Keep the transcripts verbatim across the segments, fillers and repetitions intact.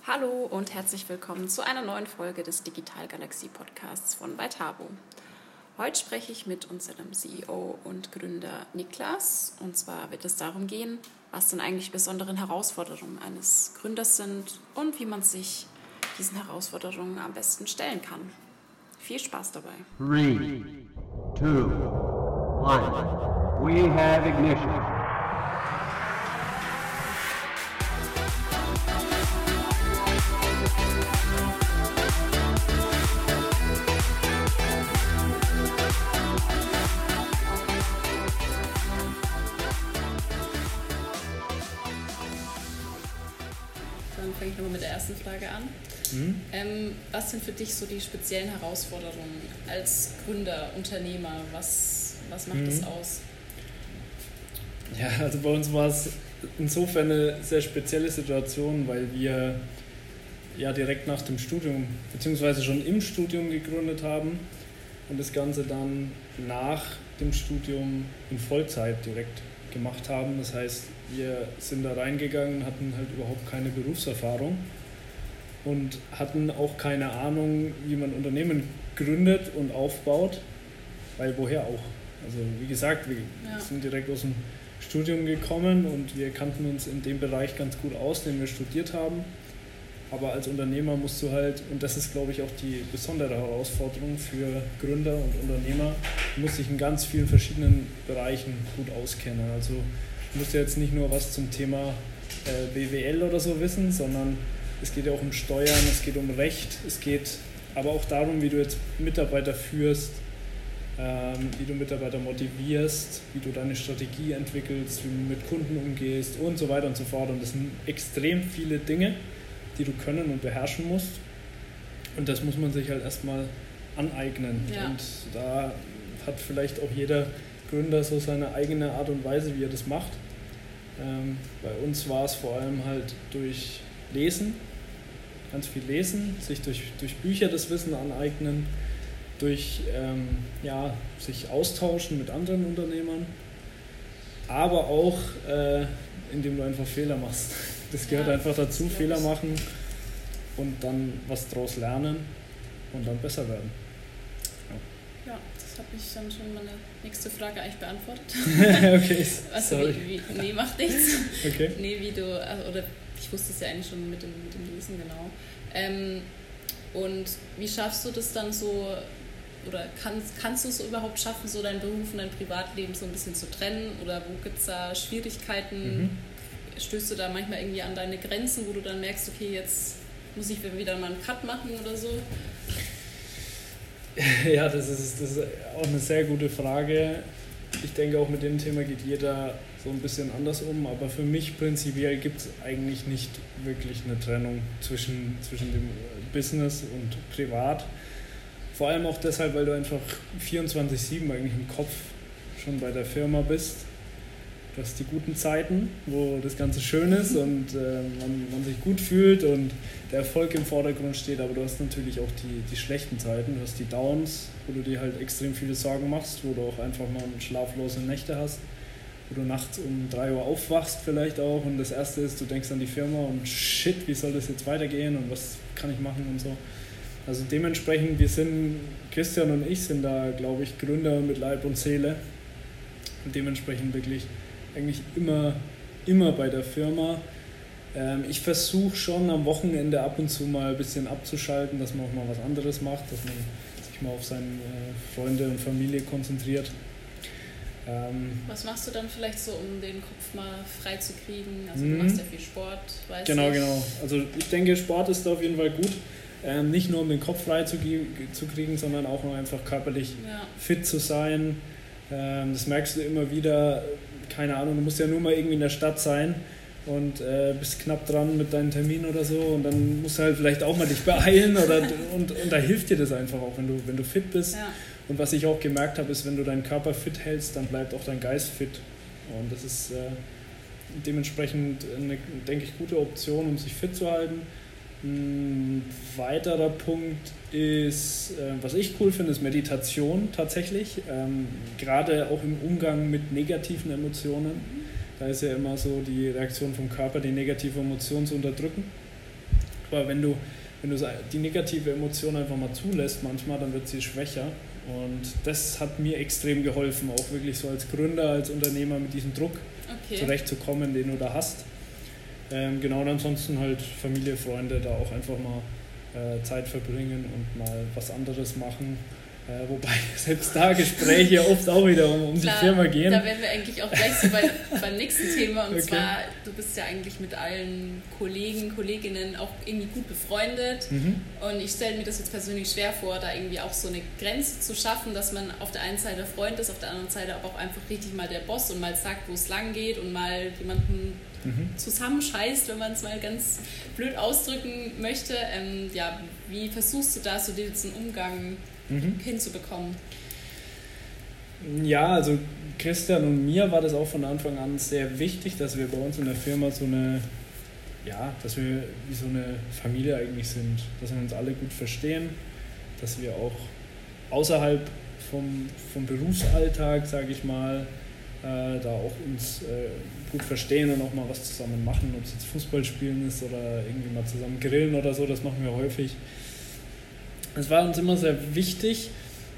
Hallo und herzlich willkommen zu einer neuen Folge des Digital Galaxie Podcasts von Vitabo. Heute spreche ich mit unserem C E O und Gründer Niklas, und zwar wird es darum gehen, was denn eigentlich die besonderen Herausforderungen eines Gründers sind und wie man sich diesen Herausforderungen am besten stellen kann. Viel Spaß dabei. Three, two, one. We have ignition. Dann fange ich nochmal mit der ersten Frage an. Mhm. Ähm, was sind für dich so die speziellen Herausforderungen als Gründer, Unternehmer? Was, was macht mhm. das aus? Ja, also bei uns war es insofern eine sehr spezielle Situation, weil wir ja direkt nach dem Studium, beziehungsweise schon im Studium gegründet haben und das Ganze dann nach dem Studium in Vollzeit direkt gemacht haben. Das heißt, wir sind da reingegangen, hatten halt überhaupt keine Berufserfahrung und hatten auch keine Ahnung, wie man Unternehmen gründet und aufbaut, weil woher auch. Also wie gesagt, wir ja. sind direkt aus dem Studium gekommen und wir kannten uns in dem Bereich ganz gut aus, den wir studiert haben. Aber als Unternehmer musst du halt, und das ist glaube ich auch die besondere Herausforderung für Gründer und Unternehmer, du musst dich in ganz vielen verschiedenen Bereichen gut auskennen. Also du musst ja jetzt nicht nur was zum Thema äh, B W L oder so wissen, sondern es geht ja auch um Steuern, es geht um Recht, es geht aber auch darum, wie du jetzt Mitarbeiter führst, ähm, wie du Mitarbeiter motivierst, wie du deine Strategie entwickelst, wie du mit Kunden umgehst und so weiter und so fort. Und das sind extrem viele Dinge, die du können und beherrschen musst. Und das muss man sich halt erstmal aneignen. Ja. Und da hat vielleicht auch jeder Gründer so seine eigene Art und Weise, wie er das macht. Ähm, bei uns war es vor allem halt durch Lesen, ganz viel lesen, sich durch, durch Bücher das Wissen aneignen, durch ähm, ja, sich austauschen mit anderen Unternehmern, aber auch äh, indem du einfach Fehler machst. Das gehört ja, einfach dazu, Fehler machen und dann was draus lernen und dann besser werden. Ja, ja, das hat mich dann schon meine nächste Frage eigentlich beantwortet. Okay, also sorry. Wie, wie, nee, macht nichts. Okay. Nee, wie du, also, oder ich wusste es ja eigentlich schon mit dem, mit dem Lesen, genau. Ähm, und wie schaffst du das dann so, oder kannst, kannst du es überhaupt schaffen, so dein Beruf und dein Privatleben so ein bisschen zu trennen? Oder wo gibt es da Schwierigkeiten? Mhm. Stößt du da manchmal irgendwie an deine Grenzen, wo du dann merkst, okay, jetzt muss ich wieder mal einen Cut machen oder so? Ja, das ist, das ist auch eine sehr gute Frage. Ich denke, auch mit dem Thema geht jeder so ein bisschen anders um, aber für mich prinzipiell gibt es eigentlich nicht wirklich eine Trennung zwischen, zwischen dem Business und Privat. Vor allem auch deshalb, weil du einfach vierundzwanzig sieben eigentlich im Kopf schon bei der Firma bist. Du hast die guten Zeiten, wo das Ganze schön ist und äh, man, man sich gut fühlt und der Erfolg im Vordergrund steht, aber du hast natürlich auch die, die schlechten Zeiten, du hast die Downs, wo du dir halt extrem viele Sorgen machst, wo du auch einfach mal schlaflose Nächte hast, wo du nachts um drei Uhr aufwachst vielleicht auch und das erste ist, du denkst an die Firma und shit, wie soll das jetzt weitergehen und was kann ich machen und so. Also dementsprechend, wir sind, Christian und ich sind da, glaube ich, Gründer mit Leib und Seele und dementsprechend wirklich eigentlich immer, immer bei der Firma. Ähm, ich versuche schon am Wochenende ab und zu mal ein bisschen abzuschalten, dass man auch mal was anderes macht, dass man sich mal auf seine äh, Freunde und Familie konzentriert. Ähm, was machst du dann vielleicht so, um den Kopf mal frei zu kriegen? Also du machst ja viel Sport, weiß Genau, ich. genau. Also ich denke, Sport ist auf jeden Fall gut. Ähm, nicht nur um den Kopf frei zu, zu kriegen, sondern auch um einfach körperlich ja. fit zu sein. Ähm, das merkst du immer wieder. Keine Ahnung, du musst ja nur mal irgendwie in der Stadt sein und äh, bist knapp dran mit deinem Termin oder so und dann musst du halt vielleicht auch mal dich beeilen oder, und, und da hilft dir das einfach auch, wenn du, wenn du fit bist. Ja. Und was ich auch gemerkt habe, ist, wenn du deinen Körper fit hältst, dann bleibt auch dein Geist fit. Und das ist äh, dementsprechend eine, denke ich, gute Option, um sich fit zu halten. Ein weiterer Punkt ist, äh, was ich cool finde, ist Meditation tatsächlich. Ähm, gerade auch im Umgang mit negativen Emotionen. Da ist ja immer so die Reaktion vom Körper, die negative Emotion zu unterdrücken. Aber wenn du, wenn du die negative Emotion einfach mal zulässt, manchmal, dann wird sie schwächer. Und das hat mir extrem geholfen, auch wirklich so als Gründer, als Unternehmer mit diesem Druck okay. zurechtzukommen, den du da hast. Ähm, genau, und ansonsten halt Familie, Freunde, da auch einfach mal äh, Zeit verbringen und mal was anderes machen. Äh, wobei selbst da Gespräche oft auch wieder um, um Klar, die Firma gehen. Da wären wir eigentlich auch gleich so bei, beim nächsten Thema. Und okay. zwar, du bist ja eigentlich mit allen Kollegen, Kolleginnen auch irgendwie gut befreundet. Mhm. Und ich stelle mir das jetzt persönlich schwer vor, da irgendwie auch so eine Grenze zu schaffen, dass man auf der einen Seite Freund ist, auf der anderen Seite aber auch einfach richtig mal der Boss und mal sagt, wo es lang geht und mal jemanden mhm. zusammenscheißt, wenn man es mal ganz blöd ausdrücken möchte. Ähm, ja, wie versuchst du da so diesen Umgang Mhm. hinzubekommen? Ja, also Christian und mir war das auch von Anfang an sehr wichtig, dass wir bei uns in der Firma so eine, ja, dass wir wie so eine Familie eigentlich sind, dass wir uns alle gut verstehen, dass wir auch außerhalb vom, vom Berufsalltag, sage ich mal, äh, da auch uns äh, gut verstehen und auch mal was zusammen machen, ob es jetzt Fußball spielen ist oder irgendwie mal zusammen grillen oder so, das machen wir häufig. Es war uns immer sehr wichtig.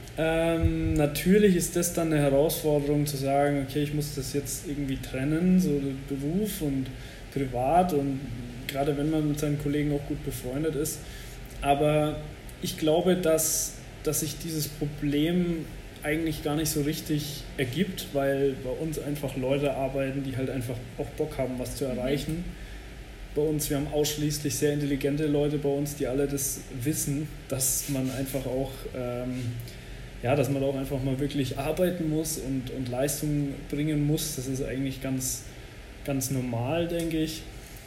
Ähm, natürlich ist das dann eine Herausforderung zu sagen, okay, ich muss das jetzt irgendwie trennen, so Beruf und privat und gerade wenn man mit seinen Kollegen auch gut befreundet ist. Aber ich glaube, dass, dass sich dieses Problem eigentlich gar nicht so richtig ergibt, weil bei uns einfach Leute arbeiten, die halt einfach auch Bock haben, was zu erreichen. Bei uns, wir haben ausschließlich sehr intelligente Leute bei uns, die alle das wissen, dass man einfach auch, ähm, ja, dass man auch einfach mal wirklich arbeiten muss und, und Leistung bringen muss. Das ist eigentlich ganz, ganz normal, denke ich.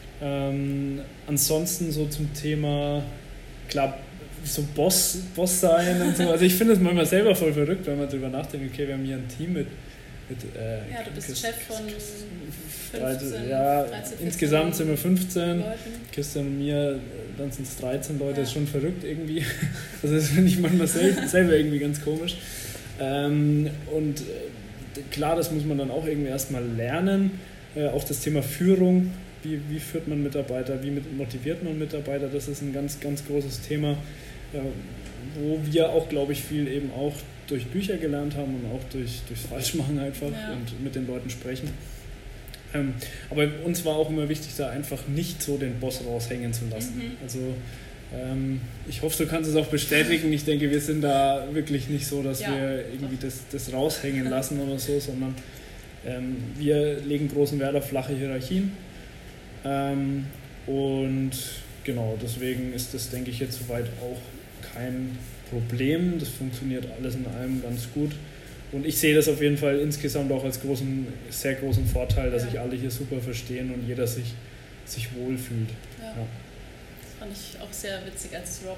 Ähm, ansonsten so zum Thema, klar, so Boss, Boss sein und so. Also ich finde es manchmal selber voll verrückt, wenn man darüber nachdenkt, okay, wir haben hier ein Team mit Mit, äh, ja, du bist Chris, Chef von fünfzehn, ja, dreizehn, insgesamt sind wir fünfzehn, Leuten. Christian und mir, dann sind es dreizehn Leute, ja. Das ist schon verrückt irgendwie. Also das finde ich manchmal sel- selber irgendwie ganz komisch. Ähm, und äh, klar, das muss man dann auch irgendwie erstmal lernen. Äh, auch das Thema Führung, wie, wie führt man Mitarbeiter, wie motiviert man Mitarbeiter, das ist ein ganz, ganz großes Thema, äh, wo wir auch, glaube ich, viel eben auch durch Bücher gelernt haben und auch durch, durchs Falschmachen einfach ja. und mit den Leuten sprechen. Ähm, aber uns war auch immer wichtig, da einfach nicht so den Boss raushängen zu lassen. Mhm. Also ähm, ich hoffe, du kannst es auch bestätigen. Ich denke, wir sind da wirklich nicht so, dass ja, wir irgendwie das, das raushängen lassen oder so, sondern ähm, wir legen großen Wert auf flache Hierarchien. Ähm, und genau, deswegen ist das, denke ich, jetzt soweit auch kein Problem, das funktioniert alles in allem ganz gut und ich sehe das auf jeden Fall insgesamt auch als großen, sehr großen Vorteil, dass ja. sich alle hier super verstehen und jeder sich, sich wohlfühlt. Ja. Ja. Das fand ich auch sehr witzig, als Rob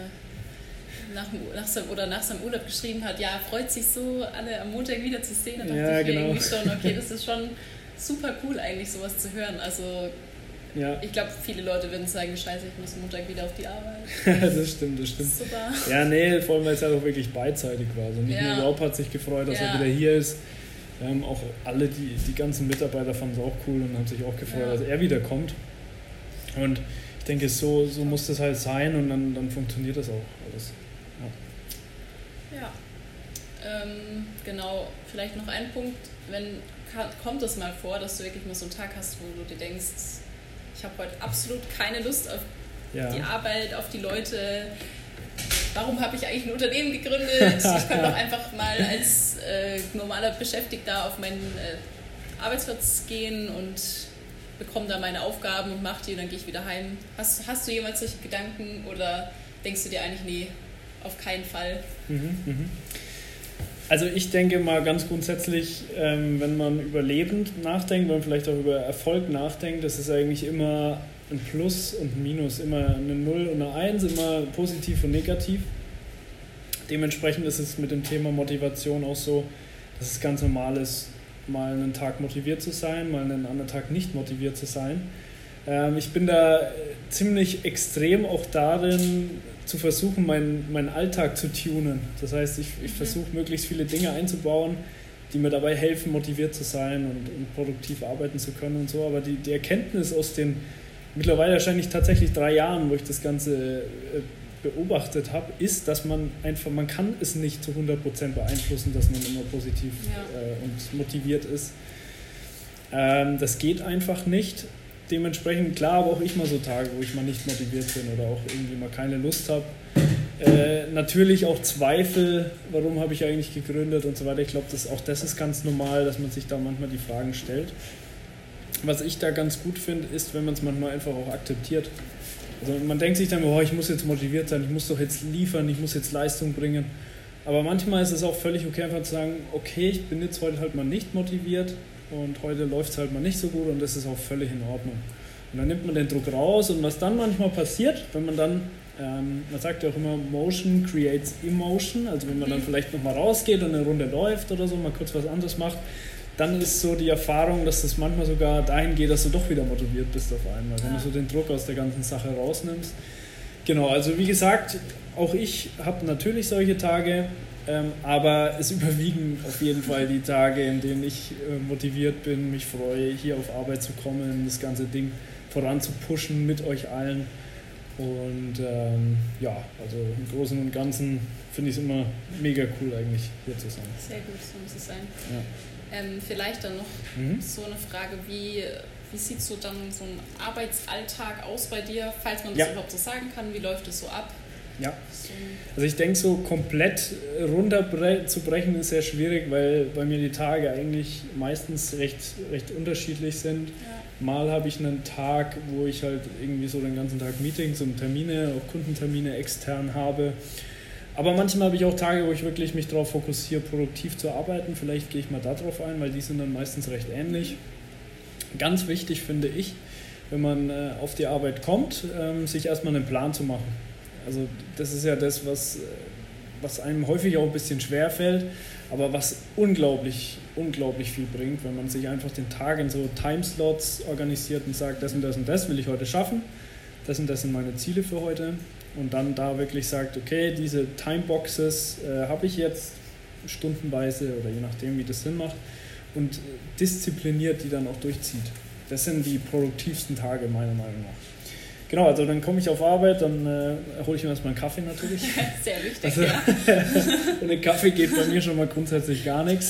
äh, nach, nach seinem, oder nach seinem Urlaub geschrieben hat, ja, freut sich so, alle am Montag wieder zu sehen. Da dachte ja, ich genau. irgendwie schon, okay, das ist schon super cool eigentlich, sowas zu hören. Also ja. ich glaube, viele Leute würden sagen, scheiße, ich muss Montag wieder auf die Arbeit. Das stimmt, das stimmt. Super. Ja, nee, vor allem, weil es halt auch wirklich beidseitig war. Also nicht ja. nur Rob hat sich gefreut, dass ja. er wieder hier ist. Ähm, auch alle, die, die ganzen Mitarbeiter fanden es auch cool und haben sich auch gefreut, ja. dass er wieder kommt. Und ich denke, so, so muss das halt sein und dann, dann funktioniert das auch alles. Ja, ja. Ähm, genau, vielleicht noch ein Punkt, wenn kommt es mal vor, dass du wirklich mal so einen Tag hast, wo du dir denkst, ich habe heute absolut keine Lust auf ja. die Arbeit, auf die Leute. Warum habe ich eigentlich ein Unternehmen gegründet? Ich könnte doch einfach mal als äh, normaler Beschäftigter auf meinen äh, Arbeitsplatz gehen und bekomme da meine Aufgaben und mache die und dann gehe ich wieder heim. Hast, hast du jemals solche Gedanken oder denkst du dir eigentlich, nee, auf keinen Fall? Mhm, mhm. Also ich denke mal ganz grundsätzlich, ähm, wenn man über Leben nachdenkt, wenn man vielleicht auch über Erfolg nachdenkt, das ist eigentlich immer ein Plus und ein Minus, immer eine Null und eine Eins, immer positiv und negativ. Dementsprechend ist es mit dem Thema Motivation auch so, dass es ganz normal ist, mal einen Tag motiviert zu sein, mal einen anderen Tag nicht motiviert zu sein. Ähm, ich bin da ziemlich extrem auch darin, zu versuchen, meinen, meinen Alltag zu tunen. Das heißt, ich, ich versuche, möglichst viele Dinge einzubauen, die mir dabei helfen, motiviert zu sein und, und produktiv arbeiten zu können und so. Aber die, die Erkenntnis aus den mittlerweile wahrscheinlich tatsächlich drei Jahren, wo ich das Ganze beobachtet habe, ist, dass man einfach, man kann es nicht zu hundert Prozent beeinflussen, dass man immer positiv ja. äh, und motiviert ist. Ähm, das geht einfach nicht. Dementsprechend, klar, aber auch ich mal so Tage, wo ich mal nicht motiviert bin oder auch irgendwie mal keine Lust habe. Äh, natürlich auch Zweifel, warum habe ich eigentlich gegründet und so weiter. Ich glaube, das, auch das ist ganz normal, dass man sich da manchmal die Fragen stellt. Was ich da ganz gut finde, ist, wenn man es manchmal einfach auch akzeptiert. Also man denkt sich dann, oh, ich muss jetzt motiviert sein, ich muss doch jetzt liefern, ich muss jetzt Leistung bringen. Aber manchmal ist es auch völlig okay, einfach zu sagen, okay, ich bin jetzt heute halt mal nicht motiviert und heute läuft es halt mal nicht so gut und das ist auch völlig in Ordnung. Und dann nimmt man den Druck raus und was dann manchmal passiert, wenn man dann, ähm, man sagt ja auch immer, Motion creates Emotion, also wenn man dann vielleicht nochmal rausgeht und eine Runde läuft oder so, mal kurz was anderes macht, dann ist so die Erfahrung, dass das manchmal sogar dahin geht, dass du doch wieder motiviert bist auf einmal, wenn ja. du so den Druck aus der ganzen Sache rausnimmst. Genau, also wie gesagt, auch ich habe natürlich solche Tage, ähm, aber es überwiegen auf jeden Fall die Tage, in denen ich äh, motiviert bin, mich freue, hier auf Arbeit zu kommen, das ganze Ding voranzupushen mit euch allen. Und ähm, ja, also im Großen und Ganzen finde ich es immer mega cool eigentlich hier zu sein. Sehr gut, so muss es sein. Ja. Ähm, vielleicht dann noch mhm. so eine Frage, wie, wie sieht so dann so ein Arbeitsalltag aus bei dir, falls man das ja. überhaupt so sagen kann, wie läuft es so ab? Ja, so. Also ich denke, so komplett runter zu brechen ist sehr schwierig, weil bei mir die Tage eigentlich meistens recht, recht unterschiedlich sind. Ja. Mal habe ich einen Tag, wo ich halt irgendwie so den ganzen Tag Meetings und Termine, auch Kundentermine extern habe. Aber manchmal habe ich auch Tage, wo ich wirklich mich darauf fokussiere, produktiv zu arbeiten. Vielleicht gehe ich mal darauf ein, weil die sind dann meistens recht ähnlich. Ganz wichtig finde ich, wenn man äh, auf die Arbeit kommt, ähm, sich erstmal einen Plan zu machen. Also das ist ja das, was, was einem häufig auch ein bisschen schwer fällt, aber was unglaublich, unglaublich viel bringt, wenn man sich einfach den Tag in so Timeslots organisiert und sagt, das und das und das will ich heute schaffen, das und das sind meine Ziele für heute. Und dann da wirklich sagt, okay, diese Timeboxes äh, habe ich jetzt stundenweise oder je nachdem, wie das Sinn macht und diszipliniert die dann auch durchzieht. Das sind die produktivsten Tage meiner Meinung nach. Genau, also dann komme ich auf Arbeit, dann äh, hole ich mir erstmal einen Kaffee natürlich. Sehr wichtig, also, ja. Ohne Kaffee geht bei mir schon mal grundsätzlich gar nichts.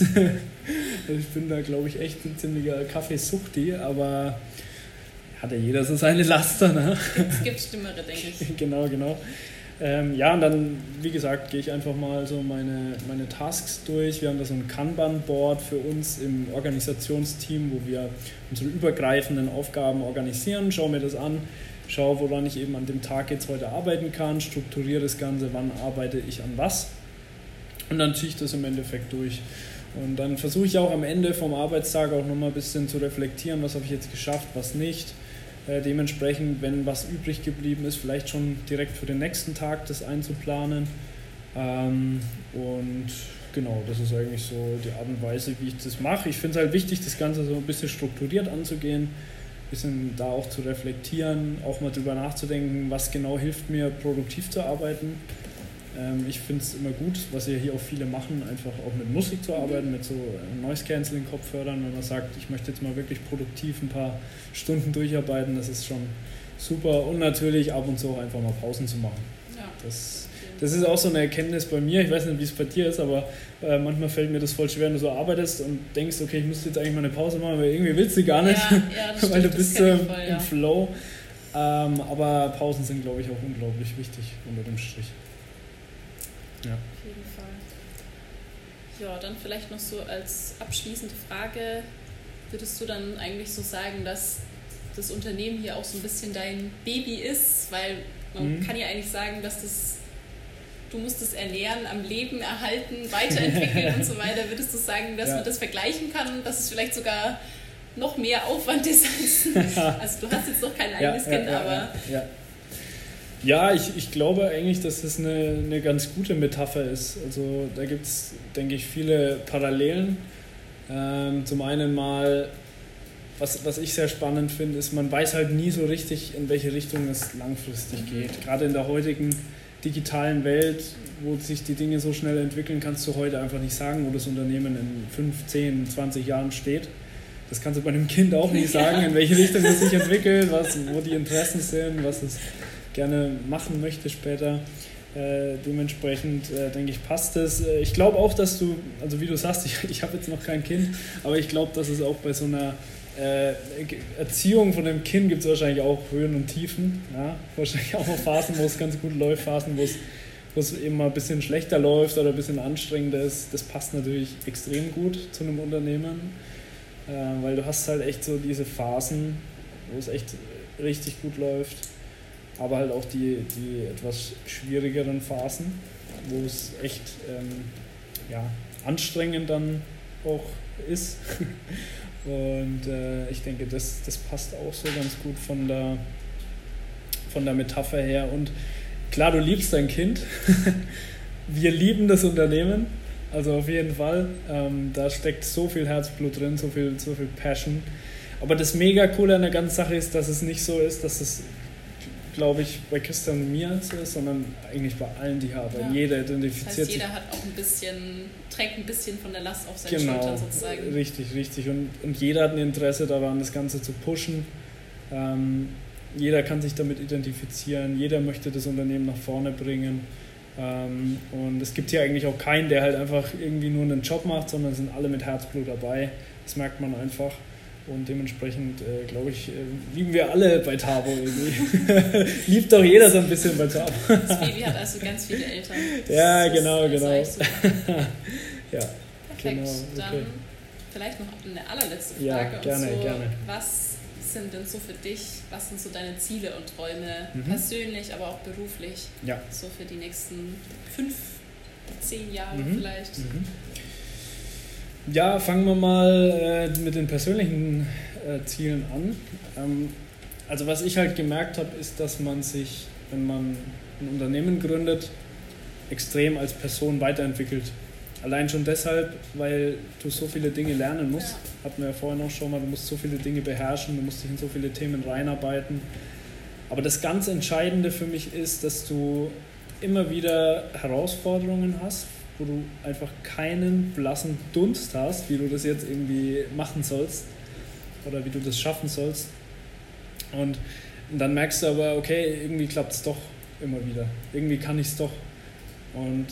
Also ich bin da, glaube ich, echt ein ziemlicher Kaffeesuchti, aber hat ja jeder so seine Laster, ne? Es gibt Schlimmere, denke ich. Genau, genau. Ähm, ja, und dann, wie gesagt, gehe ich einfach mal so meine, meine Tasks durch. Wir haben da so ein Kanban-Board für uns im Organisationsteam, wo wir unsere übergreifenden Aufgaben organisieren. Schau mir das an, schau, woran ich eben an dem Tag jetzt heute arbeiten kann, strukturiere das Ganze, wann arbeite ich an was. Und dann ziehe ich das im Endeffekt durch. Und dann versuche ich auch am Ende vom Arbeitstag auch nochmal ein bisschen zu reflektieren, was habe ich jetzt geschafft, was nicht. Äh, dementsprechend, wenn was übrig geblieben ist, vielleicht schon direkt für den nächsten Tag das einzuplanen. Ähm, und genau, das ist eigentlich so die Art und Weise, wie ich das mache. Ich finde es halt wichtig, das Ganze so ein bisschen strukturiert anzugehen, ein bisschen da auch zu reflektieren, auch mal drüber nachzudenken, was genau hilft mir, produktiv zu arbeiten. Ähm, ich finde es immer gut, was ja hier auch viele machen, einfach auch mit Musik zu arbeiten, mit so Noise-Canceling-Kopfhörern, wenn man sagt, ich möchte jetzt mal wirklich produktiv ein paar Stunden durcharbeiten, das ist schon super. Und natürlich ab und zu auch einfach mal Pausen zu machen. Ja. Das, das ist auch so eine Erkenntnis bei mir, ich weiß nicht, wie es bei dir ist, aber äh, manchmal fällt mir das voll schwer, wenn du so arbeitest und denkst, okay, ich muss jetzt eigentlich mal eine Pause machen, aber irgendwie willst du gar nicht, ja, ja, das weil stimmt, du bist im voll, ja. im Flow. Ähm, aber Pausen sind, glaube ich, auch unglaublich wichtig unter dem Strich. Ja. Auf jeden Fall. Ja, dann vielleicht noch so als abschließende Frage, würdest du dann eigentlich so sagen, dass das Unternehmen hier auch so ein bisschen dein Baby ist? Weil man mhm. kann ja eigentlich sagen, dass das, du musst es ernähren, am Leben erhalten, weiterentwickeln und so weiter. Würdest du sagen, dass ja. man das vergleichen kann, dass es vielleicht sogar noch mehr Aufwand ist als, also du hast jetzt noch kein eigenes ja, ja, Kind, ja, aber... Ja, ja. Ja, ich, ich glaube eigentlich, dass das eine, eine ganz gute Metapher ist. Also da gibt es, denke ich, viele Parallelen. Ähm, zum einen mal, was, was ich sehr spannend finde, ist, man weiß halt nie so richtig, in welche Richtung es langfristig geht. Gerade in der heutigen digitalen Welt, wo sich die Dinge so schnell entwickeln, kannst du heute einfach nicht sagen, wo das Unternehmen in fünf, zehn, zwanzig Jahren steht. Das kannst du bei einem Kind auch nicht sagen, in welche Richtung es sich entwickelt, was, wo die Interessen sind, was es gerne machen möchte später. Äh, dementsprechend äh, denke ich, passt es. Äh, ich glaube auch, dass du, also wie du sagst, ich, ich habe jetzt noch kein Kind, aber ich glaube, dass es auch bei so einer äh, Erziehung von einem Kind gibt es wahrscheinlich auch Höhen und Tiefen. Ja? Wahrscheinlich auch noch Phasen, wo es ganz gut läuft, Phasen, wo es, wo es eben mal ein bisschen schlechter läuft oder ein bisschen anstrengender ist. Das passt natürlich extrem gut zu einem Unternehmen, äh, weil du hast halt echt so diese Phasen, wo es echt richtig gut läuft. Aber halt auch die, die etwas schwierigeren Phasen, wo es echt ähm, ja, anstrengend dann auch ist. Und äh, ich denke, das, das passt auch so ganz gut von der, von der Metapher her. Und klar, du liebst dein Kind. Wir lieben das Unternehmen, also auf jeden Fall. Ähm, da steckt so viel Herzblut drin, so viel, so viel Passion. Aber das mega Coole an der ganzen Sache ist, dass es nicht so ist, dass es, glaube ich, bei Christian und mir so ist, sondern eigentlich bei allen, die haben. Ja. Jeder identifiziert das heißt, jeder sich. Hat auch ein bisschen, trägt ein bisschen von der Last auf seinen genau, Schultern sozusagen. Richtig, richtig. Und, und jeder hat ein Interesse daran, das Ganze zu pushen. Ähm, jeder kann sich damit identifizieren, jeder möchte das Unternehmen nach vorne bringen. Ähm, und es gibt hier eigentlich auch keinen, der halt einfach irgendwie nur einen Job macht, sondern es sind alle mit Herzblut dabei. Das merkt man einfach. Und dementsprechend, äh, glaube ich, äh, lieben wir alle bei Tabo irgendwie. Liebt doch jeder so ein bisschen bei Tabo. Das Baby hat also ganz viele Eltern. Das ja, ist, genau, das genau. Ja, perfekt. Genau, okay. Dann vielleicht noch eine allerletzte Frage. Ja, gerne, und so, gerne. Was sind denn so für dich, was sind so deine Ziele und Träume, mhm. persönlich, aber auch beruflich, ja. so für die nächsten fünf, zehn Jahre mhm. vielleicht? Mhm. Ja, fangen wir mal äh, mit den persönlichen äh, Zielen an. Ähm, also was ich halt gemerkt habe, ist, dass man sich, wenn man ein Unternehmen gründet, extrem als Person weiterentwickelt. Allein schon deshalb, weil du so viele Dinge lernen musst. Ja. Hatten wir ja vorhin auch schon mal, du musst so viele Dinge beherrschen, du musst dich in so viele Themen reinarbeiten. Aber das ganz Entscheidende für mich ist, dass du immer wieder Herausforderungen hast, wo du einfach keinen blassen Dunst hast, wie du das jetzt irgendwie machen sollst oder wie du das schaffen sollst. Und dann merkst du aber, okay, irgendwie klappt es doch immer wieder. Irgendwie kann ich es doch. Und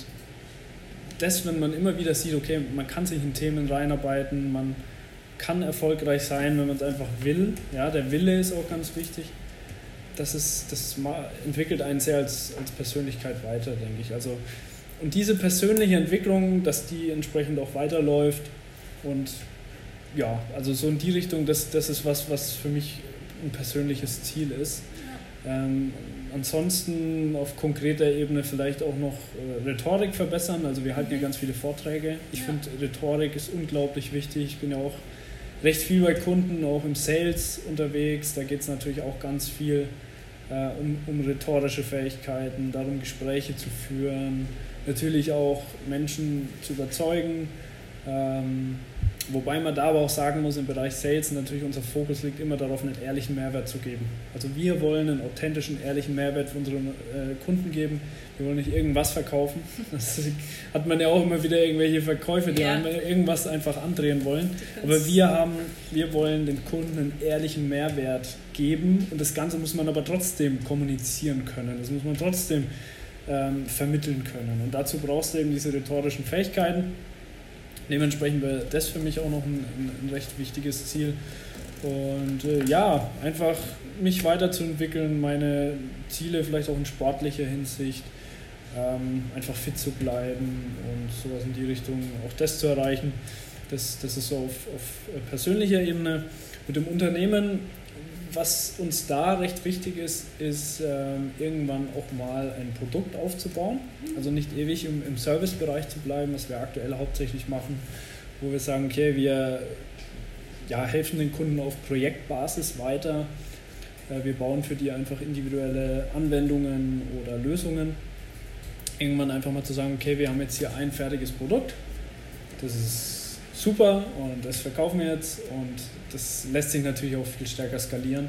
das, wenn man immer wieder sieht, okay, man kann sich in Themen reinarbeiten, man kann erfolgreich sein, wenn man es einfach will. Ja, der Wille ist auch ganz wichtig. Das, ist, das entwickelt einen sehr als, als Persönlichkeit weiter, denke ich. Also Und diese persönliche Entwicklung, dass die entsprechend auch weiterläuft und ja, also so in die Richtung, das, das ist was, was für mich ein persönliches Ziel ist. Ja. Ähm, ansonsten auf konkreter Ebene vielleicht auch noch äh, Rhetorik verbessern, also wir halten mhm. ja ganz viele Vorträge. Ich ja. finde, Rhetorik ist unglaublich wichtig. Ich bin ja auch recht viel bei Kunden, auch im Sales unterwegs, da geht es natürlich auch ganz viel äh, um, um rhetorische Fähigkeiten, darum Gespräche zu führen, natürlich auch Menschen zu überzeugen, ähm, wobei man da aber auch sagen muss, im Bereich Sales natürlich unser Fokus liegt immer darauf, einen ehrlichen Mehrwert zu geben. Also wir wollen einen authentischen, ehrlichen Mehrwert für unsere äh, Kunden geben. Wir wollen nicht irgendwas verkaufen. Das hat man ja auch immer wieder irgendwelche Verkäufe, die ja. irgendwas einfach andrehen wollen. Aber wir haben, wir wollen den Kunden einen ehrlichen Mehrwert geben und das Ganze muss man aber trotzdem kommunizieren können. Das muss man trotzdem ähm, vermitteln können. Und dazu brauchst du eben diese rhetorischen Fähigkeiten. Dementsprechend wäre das für mich auch noch ein, ein recht wichtiges Ziel. Und äh, ja, einfach mich weiterzuentwickeln, meine Ziele vielleicht auch in sportlicher Hinsicht, ähm, einfach fit zu bleiben und sowas in die Richtung, auch das zu erreichen. Das, das ist so auf, auf persönlicher Ebene. Mit dem Unternehmen, was uns da recht wichtig ist, ist ähm, irgendwann auch mal ein Produkt aufzubauen. Also nicht ewig im, im Servicebereich zu bleiben, was wir aktuell hauptsächlich machen, wo wir sagen, okay, wir ja, helfen den Kunden auf Projektbasis weiter. Äh, wir bauen für die einfach individuelle Anwendungen oder Lösungen. Irgendwann einfach mal zu sagen, okay, wir haben jetzt hier ein fertiges Produkt, das ist super und das verkaufen wir jetzt und das lässt sich natürlich auch viel stärker skalieren,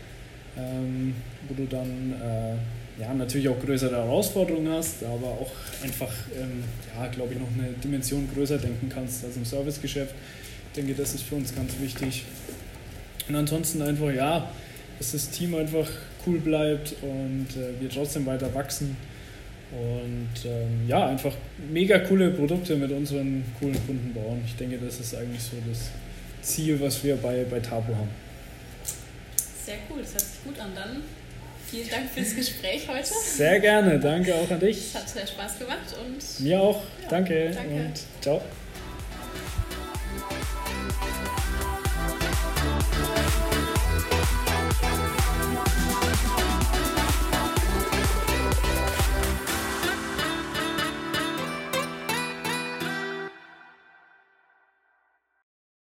ähm, wo du dann äh, ja, natürlich auch größere Herausforderungen hast, aber auch einfach, ähm, ja, glaube ich, noch eine Dimension größer denken kannst als im Servicegeschäft. Ich denke, das ist für uns ganz wichtig. Und ansonsten einfach, ja, dass das Team einfach cool bleibt und äh, wir trotzdem weiter wachsen. Und ähm, ja, einfach mega coole Produkte mit unseren coolen Kunden bauen. Ich denke, das ist eigentlich so das Ziel, was wir bei, bei Tabo haben. Sehr cool, das hört sich gut an. Dann vielen Dank fürs Gespräch heute. Sehr gerne, danke auch an dich. Es hat sehr Spaß gemacht und mir auch, ja, danke, danke und ciao.